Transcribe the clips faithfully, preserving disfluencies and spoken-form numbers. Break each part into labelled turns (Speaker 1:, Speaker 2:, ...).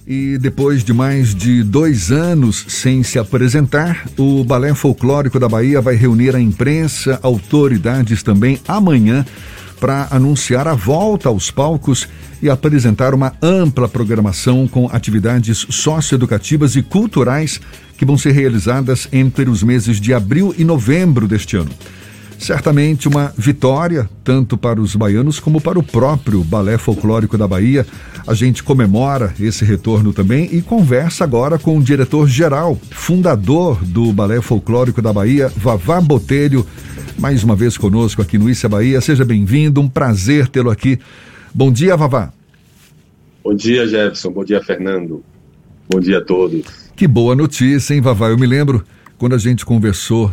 Speaker 1: E depois de mais de dois anos sem se apresentar, o Balé Folclórico da Bahia vai reunir a imprensa, autoridades também amanhã para anunciar a volta aos palcos e apresentar uma ampla programação com atividades socioeducativas e culturais que vão ser realizadas entre os meses de abril e novembro deste ano. Certamente uma vitória, tanto para os baianos como para o próprio Balé Folclórico da Bahia. A gente comemora esse retorno também e conversa agora com o diretor-geral, fundador do Balé Folclórico da Bahia, Vavá Botelho, mais uma vez conosco aqui no Issa Bahia. Seja bem-vindo, um prazer tê-lo aqui. Bom dia, Vavá.
Speaker 2: Bom dia, Jefferson. Bom dia, Fernando. Bom dia a todos.
Speaker 1: Que boa notícia, hein, Vavá? Eu me lembro quando a gente conversou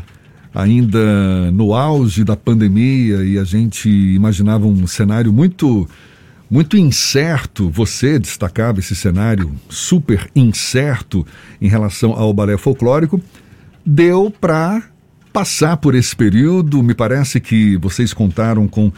Speaker 1: ainda no auge da pandemia e a gente imaginava um cenário muito, muito incerto. Você destacava esse cenário super incerto em relação ao balé folclórico. Deu para passar por esse período. Me parece que vocês contaram com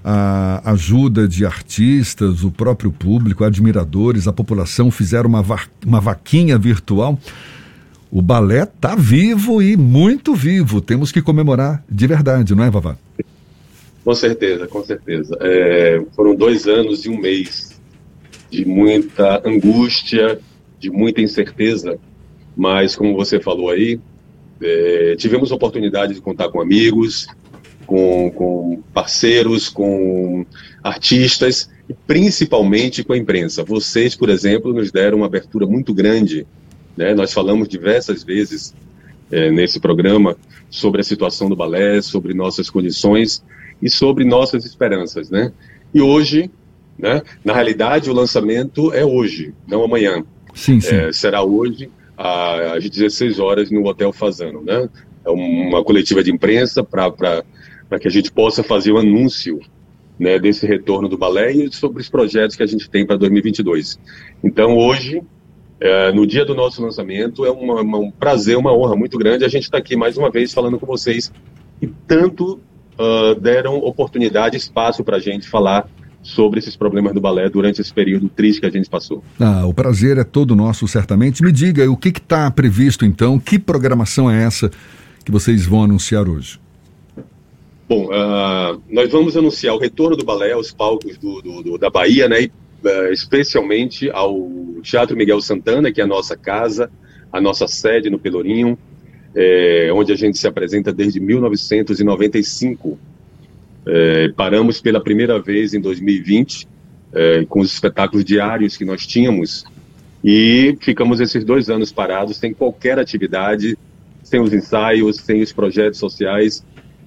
Speaker 1: a ajuda de artistas, o próprio público, admiradores, a população fizeram uma, va- uma vaquinha virtual. O balé está vivo e muito vivo. Temos que comemorar de verdade, não é, Vavá?
Speaker 2: Com certeza, com certeza. É, foram dois anos e um mês de muita angústia, de muita incerteza, mas como você falou aí, é, tivemos a oportunidade de contar com amigos, com, com parceiros, com artistas e principalmente com a imprensa. Vocês, por exemplo, nos deram uma abertura muito grande. Né? Nós falamos diversas vezes é, nesse programa sobre a situação do balé, sobre nossas condições e sobre nossas esperanças, né? E hoje, né, na realidade, o lançamento é hoje, não amanhã.
Speaker 1: Sim, sim.
Speaker 2: É, será hoje, às dezesseis horas, no Hotel Fazano, né? É uma coletiva de imprensa para que a gente possa fazer o anúncio, né, desse retorno do balé e sobre os projetos que a gente tem para dois mil e vinte e dois. Então, hoje, É, no dia do nosso lançamento, é uma, uma, um prazer, uma honra muito grande a gente estar tá aqui mais uma vez falando com vocês e tanto uh, deram oportunidade, espaço para a gente falar sobre esses problemas do balé durante esse período triste que a gente passou.
Speaker 1: Ah, o prazer é todo nosso, certamente. Me diga, o que está previsto então? Que programação é essa que vocês vão anunciar hoje?
Speaker 2: Bom, uh, nós vamos anunciar o retorno do balé aos palcos do, do, do, da Bahia, né? E, Uh, especialmente ao Teatro Miguel Santana, que é a nossa casa, a nossa sede no Pelourinho, é, onde a gente se apresenta desde mil novecentos e noventa e cinco. É, paramos pela primeira vez em dois mil e vinte, é, com os espetáculos diários que nós tínhamos, e ficamos esses dois anos parados, sem qualquer atividade, sem os ensaios, sem os projetos sociais,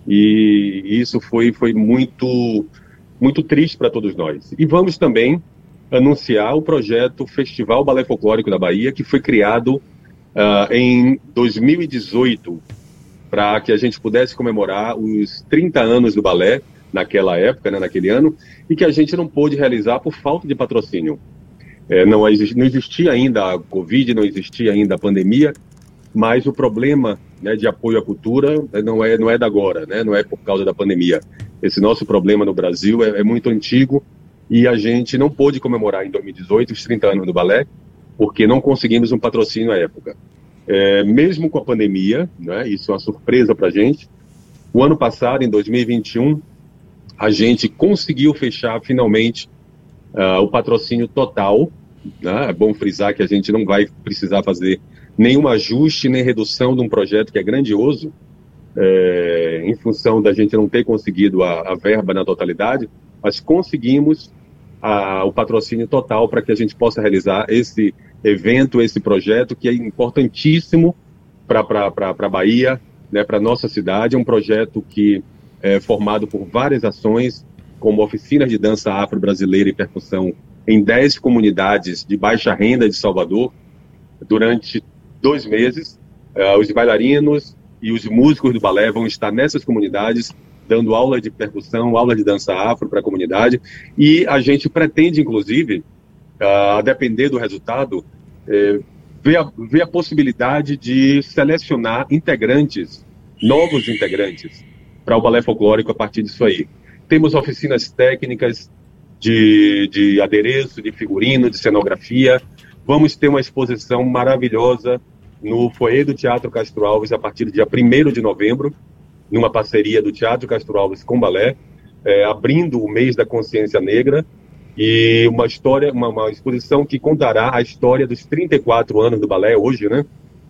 Speaker 2: e isso foi, foi muito, muito triste para todos nós. E vamos também anunciar o projeto Festival Balé Folclórico da Bahia, que foi criado uh, em dois mil e dezoito, para que a gente pudesse comemorar os trinta anos do balé, naquela época, né, naquele ano, e que a gente não pôde realizar por falta de patrocínio. É, não, existia, não existia ainda a Covid, não existia ainda a pandemia, mas o problema, né, de apoio à cultura não é, não é da agora, né, não é por causa da pandemia. Esse nosso problema no Brasil é, é muito antigo, e a gente não pôde comemorar em dois mil e dezoito os trinta anos do balé, porque não conseguimos um patrocínio à época. É, mesmo com a pandemia, né, isso é uma surpresa para a gente, o ano passado, em dois mil e vinte e um, a gente conseguiu fechar finalmente uh, o patrocínio total, né? É bom frisar que a gente não vai precisar fazer nenhum ajuste, nem redução de um projeto que é grandioso, é, em função da gente não ter conseguido a, a verba na totalidade, mas conseguimos A, o patrocínio total para que a gente possa realizar esse evento, esse projeto que é importantíssimo para a Bahia, né, para a nossa cidade. É um projeto que é formado por várias ações, como oficinas de dança afro-brasileira e percussão em dez comunidades de baixa renda de Salvador, durante dois meses. Uh, os bailarinos e os músicos do balé vão estar nessas comunidades, dando aula de percussão, aula de dança afro para a comunidade, e a gente pretende, inclusive, a uh, depender do resultado, eh, ver, a, ver a possibilidade de selecionar integrantes, novos integrantes, para o balé folclórico a partir disso aí. Temos oficinas técnicas de, de adereço, de figurino, de cenografia, Vamos ter uma exposição maravilhosa no foyer do Teatro Castro Alves a partir do dia primeiro de novembro, numa parceria do Teatro Castro Alves com o Balé, é, abrindo o mês da consciência negra, e uma história, uma, uma exposição que contará a história dos trinta e quatro anos do balé hoje, né?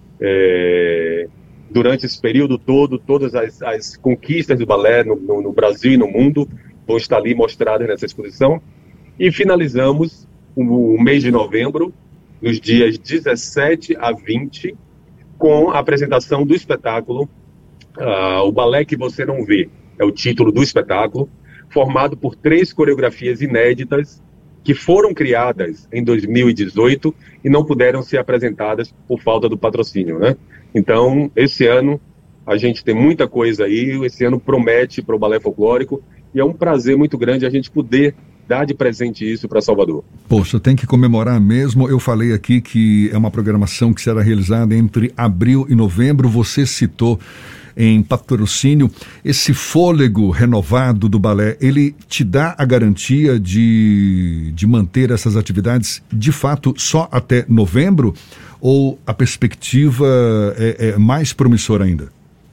Speaker 2: É, durante esse período todo, todas as, as conquistas do balé no, no, no Brasil e no mundo vão estar ali mostradas nessa exposição. E finalizamos o, o mês de novembro, nos dias dezessete a vinte, com a apresentação do espetáculo uh, O Balé que Você Não Vê, é o título do espetáculo, formado por três coreografias inéditas que foram criadas em dois mil e dezoito e não puderam ser apresentadas por falta do patrocínio, né? Então, esse ano, a gente tem muita coisa aí, esse ano promete para o Balé Folclórico, e é um prazer muito grande a gente poder dar de presente isso para Salvador.
Speaker 1: Poxa, tem que comemorar mesmo. Eu falei aqui que é uma programação que será realizada entre abril e novembro. Você citou em patrocínio. Esse fôlego renovado do balé, ele te dá a garantia de, de manter essas atividades de fato só até novembro? Ou a perspectiva é, é mais promissora ainda?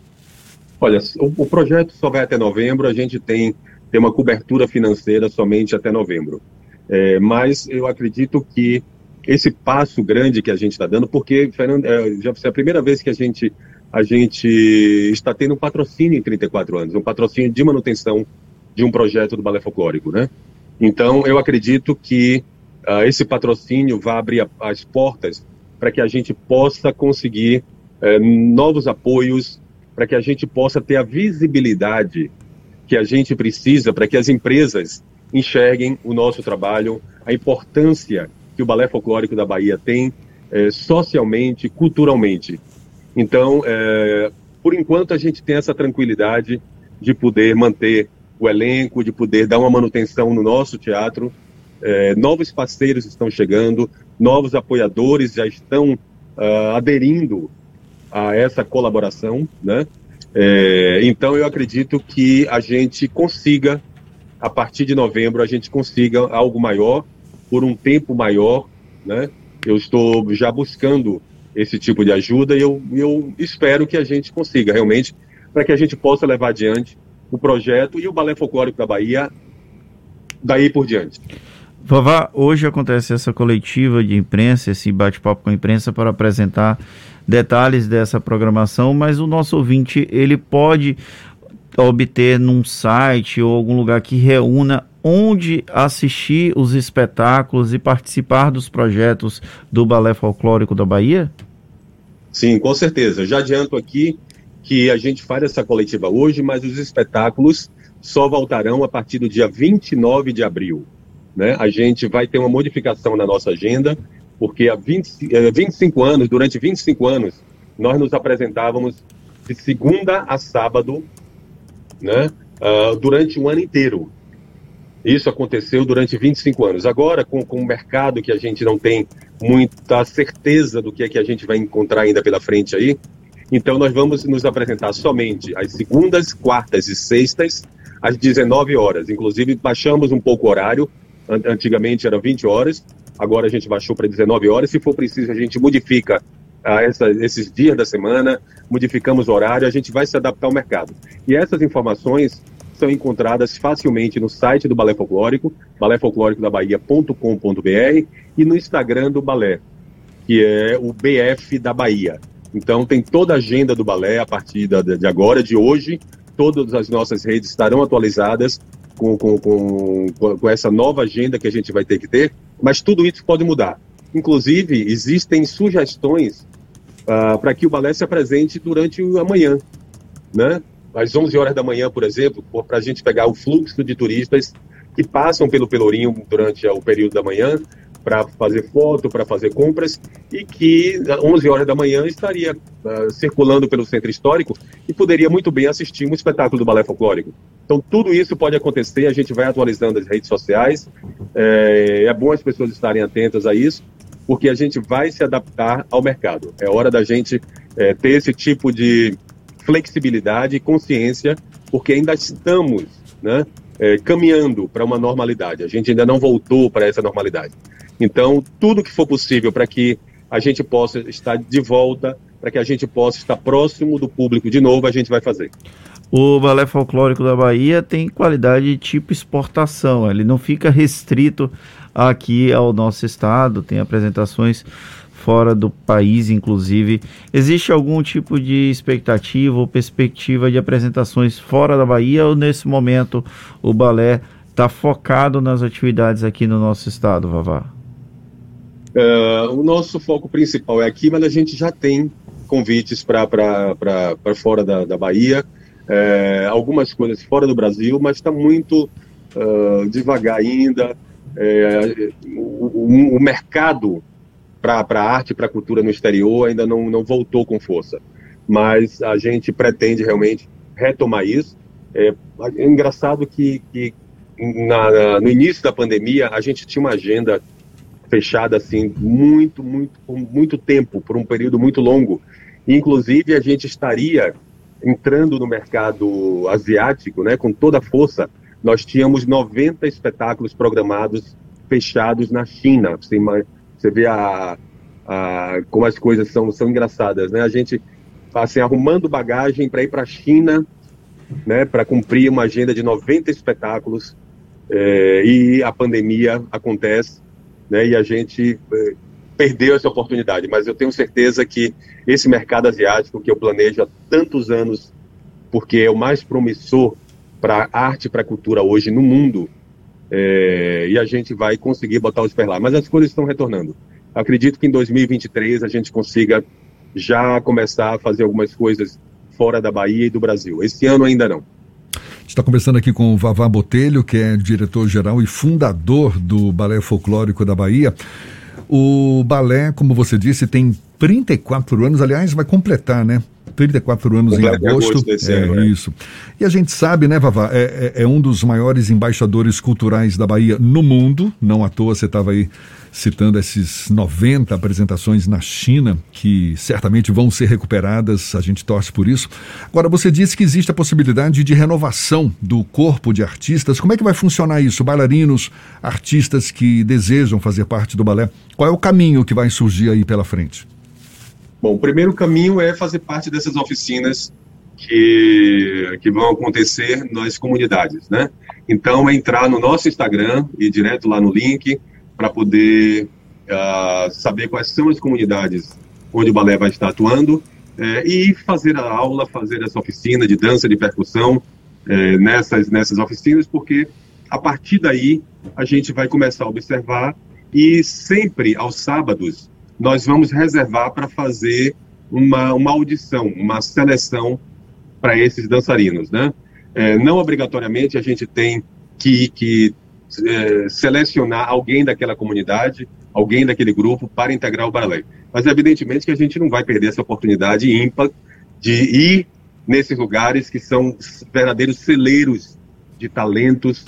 Speaker 2: Olha, o, o projeto só vai até novembro. A gente tem tem uma cobertura financeira somente até novembro. É, mas eu acredito que esse passo grande que a gente está dando, porque, Fernando, é, já é a primeira vez que a gente, a gente está tendo um patrocínio em trinta e quatro anos, um patrocínio de manutenção de um projeto do Balé Folclórico, né? Então, eu acredito que uh, esse patrocínio vai abrir a, as portas para que a gente possa conseguir uh, novos apoios, para que a gente possa ter a visibilidade que a gente precisa para que as empresas enxerguem o nosso trabalho, a importância que o Balé Folclórico da Bahia tem eh, socialmente, culturalmente. Então, eh, por enquanto, a gente tem essa tranquilidade de poder manter o elenco, de poder dar uma manutenção no nosso teatro. Eh, novos parceiros estão chegando, novos apoiadores já estão uh, aderindo a essa colaboração, né? É, então eu acredito que a gente consiga, a partir de novembro, a gente consiga algo maior, por um tempo maior, né? Eu estou já buscando esse tipo de ajuda e eu, eu espero que a gente consiga realmente, para que a gente possa levar adiante o projeto e o Balé Folclórico da Bahia daí por diante.
Speaker 3: Vavá, hoje acontece essa coletiva de imprensa, esse bate-papo com a imprensa para apresentar detalhes dessa programação, mas o nosso ouvinte, ele pode obter num site ou algum lugar que reúna onde assistir os espetáculos e participar dos projetos do Balé Folclórico da Bahia?
Speaker 2: Sim, com certeza. Já adianto aqui que a gente faz essa coletiva hoje, mas os espetáculos só voltarão a partir do dia vinte e nove de abril. Né? A gente vai ter uma modificação na nossa agenda, porque há vinte, vinte e cinco anos, durante vinte e cinco anos, nós nos apresentávamos de segunda a sábado, né, uh, durante o ano inteiro. Isso aconteceu durante vinte e cinco anos. Agora, com, com o mercado que a gente não tem muita certeza do que é que a gente vai encontrar ainda pela frente aí, então nós vamos nos apresentar somente às segundas, quartas e sextas, às dezenove horas. Inclusive, baixamos um pouco o horário. Antigamente era vinte horas, agora a gente baixou para dezenove horas. Se for preciso, a gente modifica ah, essa, esses dias da semana, modificamos o horário, a gente vai se adaptar ao mercado. E essas informações são encontradas facilmente no site do Balé Folclórico, balé folclórico da bahia ponto com ponto b r, e no Instagram do Balé, que é o B F da Bahia. Então tem toda a agenda do balé a partir de agora, de hoje. Todas as nossas redes estarão atualizadas Com, com, com, com essa nova agenda que a gente vai ter que ter, mas tudo isso pode mudar. Inclusive, existem sugestões uh, para que o balé se apresente durante a manhã, né? Às onze horas da manhã, por exemplo, para a gente pegar o fluxo de turistas que passam pelo Pelourinho durante o período da manhã, para fazer foto, para fazer compras, e que às onze horas da manhã estaria uh, circulando pelo centro histórico e poderia muito bem assistir um espetáculo do Balé Folclórico. Então, tudo isso pode acontecer, a gente vai atualizando as redes sociais, é, é bom as pessoas estarem atentas a isso, porque a gente vai se adaptar ao mercado. É hora da gente é, ter esse tipo de flexibilidade e consciência, porque ainda estamos, né, é, caminhando para uma normalidade, a gente ainda não voltou para essa normalidade. Então, tudo que for possível para que a gente possa estar de volta, para que a gente possa estar próximo do público de novo, a gente vai fazer.
Speaker 3: O Balé Folclórico da Bahia tem qualidade tipo exportação, ele não fica restrito aqui ao nosso estado, tem apresentações fora do país, inclusive. Existe algum tipo de expectativa ou perspectiva de apresentações fora da Bahia, ou nesse momento o balé está focado nas atividades aqui no nosso estado, Vavá?
Speaker 2: Uh, o nosso foco principal é aqui, mas a gente já tem convites para fora da, da Bahia, é, algumas coisas fora do Brasil, mas está muito uh, devagar ainda. É, o, o, o mercado para a arte e para a cultura no exterior ainda não, não voltou com força, mas a gente pretende realmente retomar isso. É, é engraçado que, que na, na, no início da pandemia a gente tinha uma agenda fechada assim, muito, muito, por muito tempo, por um período muito longo. Inclusive, a gente estaria entrando no mercado asiático, né, com toda a força. Nós tínhamos noventa espetáculos programados, fechados na China. Você, você vê a, a, como as coisas são, são engraçadas, né? A gente, assim, arrumando bagagem para ir para a China, né, para cumprir uma agenda de noventa espetáculos, é, e a pandemia acontece, né, e a gente eh, perdeu essa oportunidade, mas eu tenho certeza que esse mercado asiático que eu planejo há tantos anos, porque é o mais promissor para a arte e para a cultura hoje no mundo, eh, e a gente vai conseguir botar os pés lá, mas as coisas estão retornando. Acredito que em dois mil e vinte e três a gente consiga já começar a fazer algumas coisas fora da Bahia e do Brasil. Esse ano ainda não.
Speaker 1: Está conversando aqui com o Vavá Botelho, que é diretor-geral e fundador do Balé Folclórico da Bahia. O balé, como você disse, tem trinta e quatro anos, aliás, vai completar, né? trinta e quatro anos Completa em agosto. agosto desse é, ano, é isso. E a gente sabe, né, Vavá, é, é, é um dos maiores embaixadores culturais da Bahia no mundo. Não à toa você estava aí citando esses noventa apresentações na China, que certamente vão ser recuperadas, a gente torce por isso. Agora, você disse que existe a possibilidade de renovação do corpo de artistas. Como é que vai funcionar isso? Bailarinos, artistas que desejam fazer parte do balé, qual é o caminho que vai surgir aí pela frente?
Speaker 2: Bom, o primeiro caminho é fazer parte dessas oficinas que, que vão acontecer nas comunidades, né? Então, é entrar no nosso Instagram e direto lá no link para poder uh, saber quais são as comunidades onde o balé vai estar atuando, uh, e fazer a aula, fazer essa oficina de dança, de percussão uh, nessas, nessas oficinas, porque a partir daí a gente vai começar a observar, e sempre aos sábados nós vamos reservar para fazer uma, uma audição, uma seleção para esses dançarinos, né? Uh, não obrigatoriamente a gente tem que... que É, selecionar alguém daquela comunidade, alguém daquele grupo para integrar o balé. Mas evidentemente que a gente não vai perder essa oportunidade ímpar de ir nesses lugares que são verdadeiros celeiros de talentos,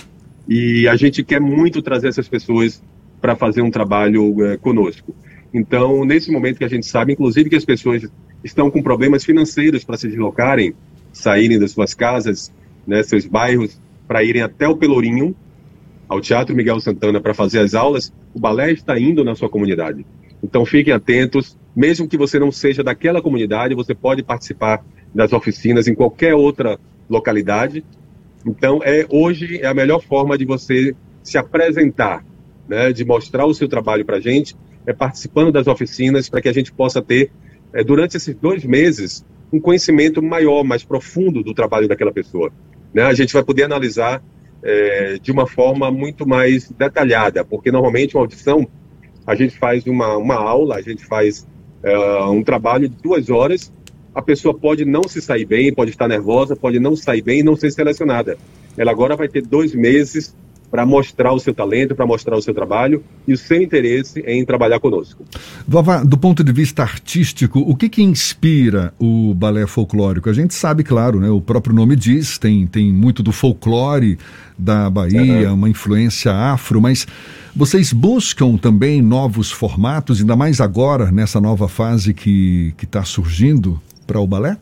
Speaker 2: e a gente quer muito trazer essas pessoas para fazer um trabalho é, conosco. Então, nesse momento que a gente sabe, inclusive, que as pessoas estão com problemas financeiros para se deslocarem, saírem das suas casas, né, seus bairros, para irem até o Pelourinho, ao Teatro Miguel Santana, para fazer as aulas, o balé está indo na sua comunidade. Então fiquem atentos, mesmo que você não seja daquela comunidade, você pode participar das oficinas em qualquer outra localidade. Então é, hoje é a melhor forma de você se apresentar, né, de mostrar o seu trabalho para a gente, é participando das oficinas, para que a gente possa ter, é, durante esses dois meses, um conhecimento maior, mais profundo do trabalho daquela pessoa, né? A gente vai poder analisar É, de uma forma muito mais detalhada, porque normalmente uma audição, a gente faz uma, uma aula, a gente faz é, um trabalho de duas horas, a pessoa pode não se sair bem, pode estar nervosa, pode não sair bem e não ser selecionada. Ela agora vai ter dois meses para mostrar o seu talento, para mostrar o seu trabalho e o seu interesse em trabalhar conosco.
Speaker 1: Vavá, do ponto de vista artístico, o que que inspira o balé folclórico? A gente sabe, claro, né, o próprio nome diz, tem, tem muito do folclore da Bahia, uhum. uma influência afro, mas vocês buscam também novos formatos, ainda mais agora, nessa nova fase que está surgindo para o balé?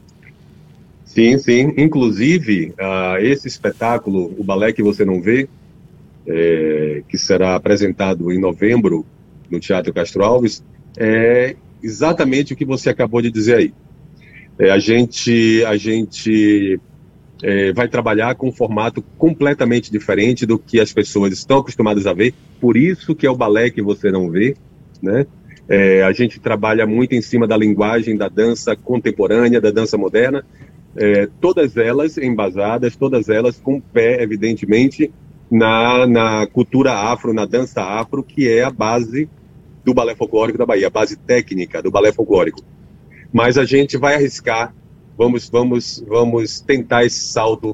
Speaker 2: Sim, sim. Inclusive, uh, esse espetáculo, o Balé que Você Não Vê, É, que será apresentado em novembro no Teatro Castro Alves, é exatamente o que você acabou de dizer aí. É, a gente, a gente é, vai trabalhar com um formato completamente diferente do que as pessoas estão acostumadas a ver, por isso que é o balé que você não vê, né? É, a gente trabalha muito em cima da linguagem da dança contemporânea, da dança moderna, é, todas elas embasadas, todas elas com pé, evidentemente, na, na cultura afro, na dança afro, que é a base do balé folclórico da Bahia, a base técnica do balé folclórico. Mas a gente vai arriscar, vamos, vamos, vamos tentar esse salto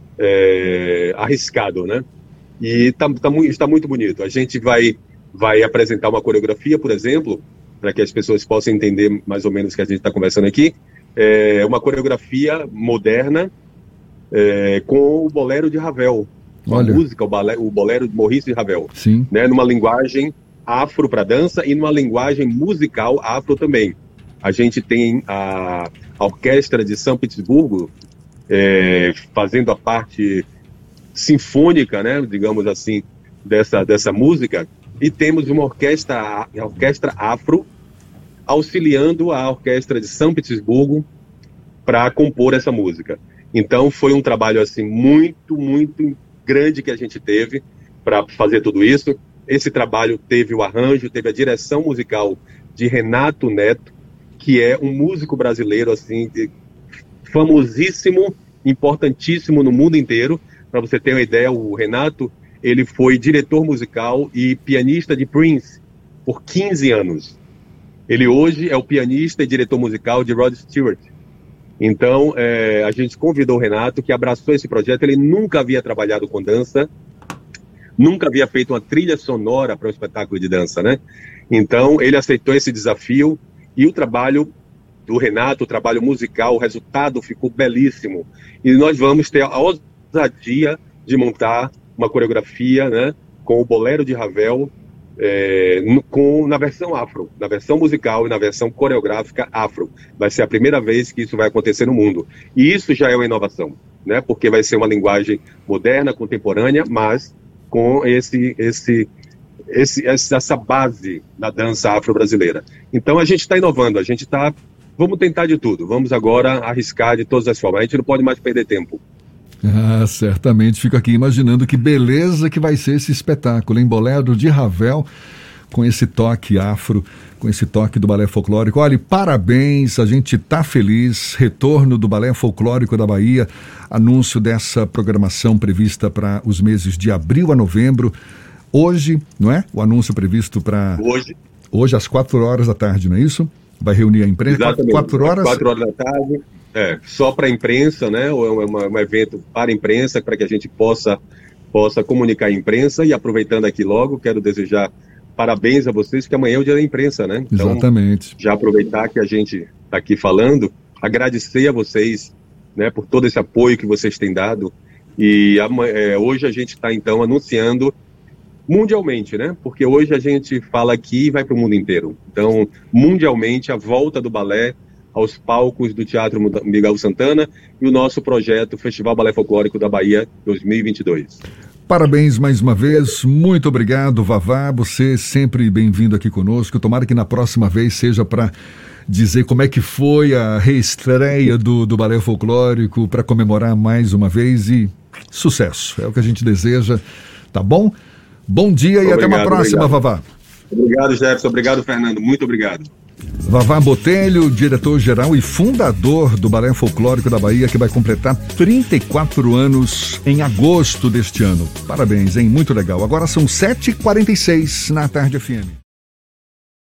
Speaker 2: é, arriscado, né? E tá, tá, está muito bonito. A gente vai... vai apresentar uma coreografia, por exemplo, para que as pessoas possam entender mais ou menos o que a gente está conversando aqui, é uma coreografia moderna é, com o bolero de Ravel, a música, o, balé, o bolero de Maurice de Ravel,
Speaker 1: Sim.
Speaker 2: Né, numa linguagem afro para dança e numa linguagem musical afro também. A gente tem a, a Orquestra de São Petersburgo é, fazendo a parte sinfônica, né, digamos assim, dessa, dessa música. E temos uma orquestra, a orquestra afro auxiliando a orquestra de São Petersburgo para compor essa música. Então foi um trabalho assim muito, muito grande que a gente teve para fazer tudo isso. Esse trabalho teve o arranjo, teve a direção musical de Renato Neto, que é um músico brasileiro assim famosíssimo, importantíssimo no mundo inteiro. Para você ter uma ideia, o Renato, ele foi diretor musical e pianista de Prince por quinze anos. Ele hoje é o pianista e diretor musical de Rod Stewart. Então, é, a gente convidou o Renato, que abraçou esse projeto. Ele nunca havia trabalhado com dança, nunca havia feito uma trilha sonora para um espetáculo de dança, né? Então, ele aceitou esse desafio e o trabalho do Renato, o trabalho musical, o resultado ficou belíssimo. E nós vamos ter a ousadia de montar uma coreografia, né, com o bolero de Ravel, é, no, com, na versão afro, na versão musical e na versão coreográfica afro. Vai ser a primeira vez que isso vai acontecer no mundo. E isso já é uma inovação, né, porque vai ser uma linguagem moderna, contemporânea, mas com esse, esse, esse, essa base da dança afro-brasileira. Então a gente está inovando, a gente está... Vamos tentar de tudo, vamos agora arriscar de todas as formas. A gente não pode mais perder tempo.
Speaker 1: Ah, certamente. Fico aqui imaginando que beleza que vai ser esse espetáculo, em bolero de Ravel, com esse toque afro, com esse toque do balé folclórico. Olha, parabéns, a gente está feliz. Retorno do Balé Folclórico da Bahia, anúncio dessa programação prevista para os meses de abril a novembro. Hoje, não é? O anúncio previsto para...
Speaker 2: Hoje.
Speaker 1: Hoje, às quatro horas da tarde, não é isso? Vai reunir a imprensa?
Speaker 2: Exatamente.
Speaker 1: Quatro horas?
Speaker 2: Quatro horas da tarde. É, só para a imprensa, né? Ou é uma, um evento para a imprensa, para que a gente possa, possa comunicar a imprensa. E aproveitando aqui logo, quero desejar parabéns a vocês, porque amanhã é o dia da imprensa, né? Então,
Speaker 1: exatamente.
Speaker 2: Já aproveitar que a gente está aqui falando, agradecer a vocês, né, por todo esse apoio que vocês têm dado. E é, hoje a gente está, então, anunciando mundialmente, né? Porque hoje a gente fala aqui e vai para o mundo inteiro. Então, mundialmente, a volta do balé aos palcos do Teatro Miguel Santana e o nosso projeto Festival Balé Folclórico da Bahia dois mil e vinte e dois.
Speaker 1: Parabéns mais uma vez, muito obrigado, Vavá, você sempre bem-vindo aqui conosco. Tomara que na próxima vez seja para dizer como é que foi a reestreia do, do Balé Folclórico, para comemorar mais uma vez, e sucesso, é o que a gente deseja, tá bom? Bom dia e obrigado, até uma próxima,
Speaker 2: obrigado.
Speaker 1: Vavá.
Speaker 2: Obrigado, Jefferson, obrigado, Fernando, muito obrigado.
Speaker 1: Vavá Botelho, diretor-geral e fundador do Balé Folclórico da Bahia, que vai completar trinta e quatro anos em agosto deste ano. Parabéns, hein? Muito legal. Agora são sete e quarenta e seis na Tarde F M.